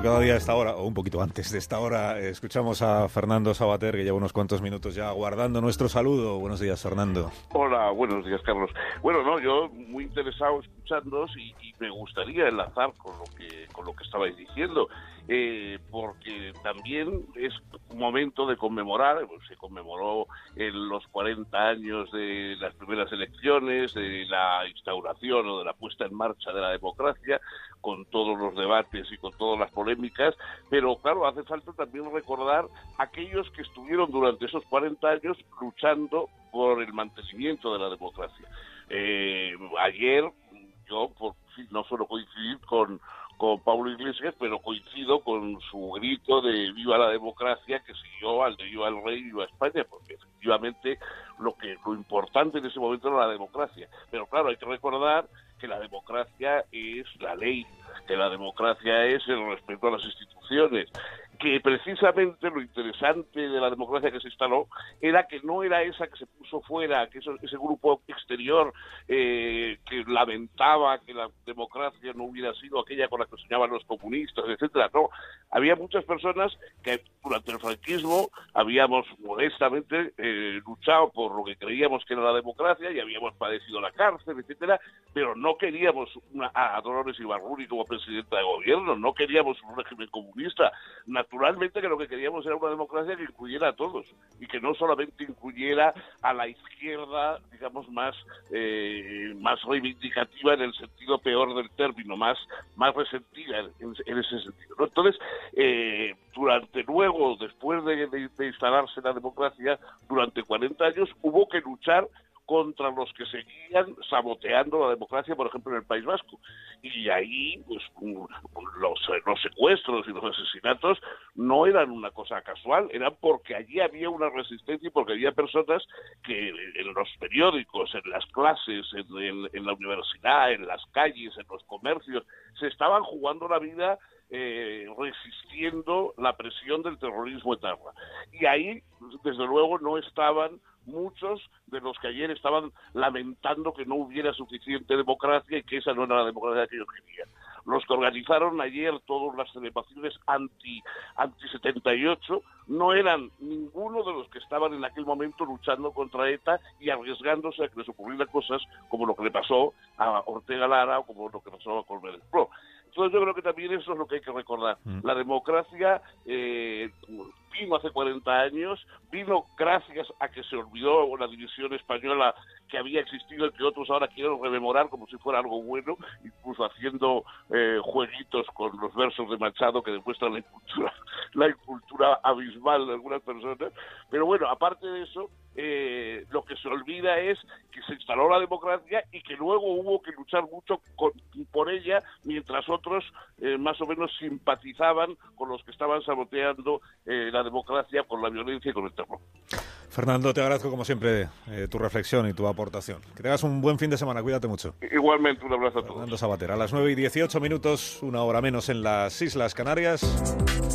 cada día a esta hora, o un poquito antes de esta hora, escuchamos a Fernando Savater, que lleva unos cuantos minutos ya aguardando nuestro saludo. Buenos días, Fernando. Hola, buenos días, Carlos. Bueno, no, yo muy interesado escuchándoos y me gustaría enlazar con lo que estabais diciendo, porque también es un momento de conmemorar. Se conmemoró en los 40 años de las primeras elecciones, de la instauración o de la puesta en marcha de la democracia, con todos los debates y con todas las polémicas, pero claro, hace falta también recordar aquellos que estuvieron durante esos 40 años luchando por el mantenimiento de la democracia. Ayer yo no suelo coincidir con Pablo Iglesias, pero coincido con su grito de viva la democracia, que siguió al de viva el rey, viva España, porque efectivamente lo importante en ese momento era la democracia. Pero claro, hay que recordar que la democracia es la ley, que la democracia es el respeto a las instituciones, que precisamente lo interesante de la democracia que se instaló era que no era esa que se puso fuera, que ese grupo exterior que lamentaba que la democracia no hubiera sido aquella con la que soñaban los comunistas, etcétera. No, había muchas personas que durante el franquismo habíamos modestamente luchado por lo que creíamos que era la democracia y habíamos padecido la cárcel, etcétera, pero no queríamos a Dolores Ibárruri como presidenta de gobierno, no queríamos un régimen comunista. Naturalmente que lo que queríamos era una democracia que incluyera a todos y que no solamente incluyera a la izquierda, digamos, más reivindicativa en el sentido peor del término, más resentida en ese sentido, ¿no? Entonces, después de instalarse la democracia, durante 40 años hubo que luchar contra los que seguían saboteando la democracia, por ejemplo, en el País Vasco. Y ahí, pues, los secuestros y los asesinatos no eran una cosa casual, eran porque allí había una resistencia y porque había personas que en los periódicos, en las clases, en la universidad, en las calles, en los comercios, se estaban jugando la vida resistiendo la presión del terrorismo etarra. Y ahí, desde luego, no estaban muchos de los que ayer estaban lamentando que no hubiera suficiente democracia y que esa no era la democracia que ellos querían. Los que organizaron ayer todas las celebraciones anti 78 no eran ninguno de los que estaban en aquel momento luchando contra ETA y arriesgándose a que les ocurrieran cosas como lo que le pasó a Ortega Lara o como lo que pasó a Colbert Pro. Entonces yo creo que también eso es lo que hay que recordar. La democracia vino hace 40 años, vino gracias a que se olvidó la división española que había existido y que otros ahora quieren rememorar como si fuera algo bueno, incluso haciendo jueguitos con los versos de Machado que demuestran la incultura abismal de algunas personas. Pero bueno, aparte de eso, lo que se olvida es que se instaló la democracia y que luego hubo que luchar mucho por ella, mientras otros más o menos simpatizaban con los que estaban saboteando la democracia con la violencia y con el terror. Fernando, te agradezco como siempre tu reflexión y tu aportación. Que tengas un buen fin de semana, cuídate mucho. Igualmente, un abrazo a todos. Fernando Savater, a las 9:18, una hora menos en las Islas Canarias.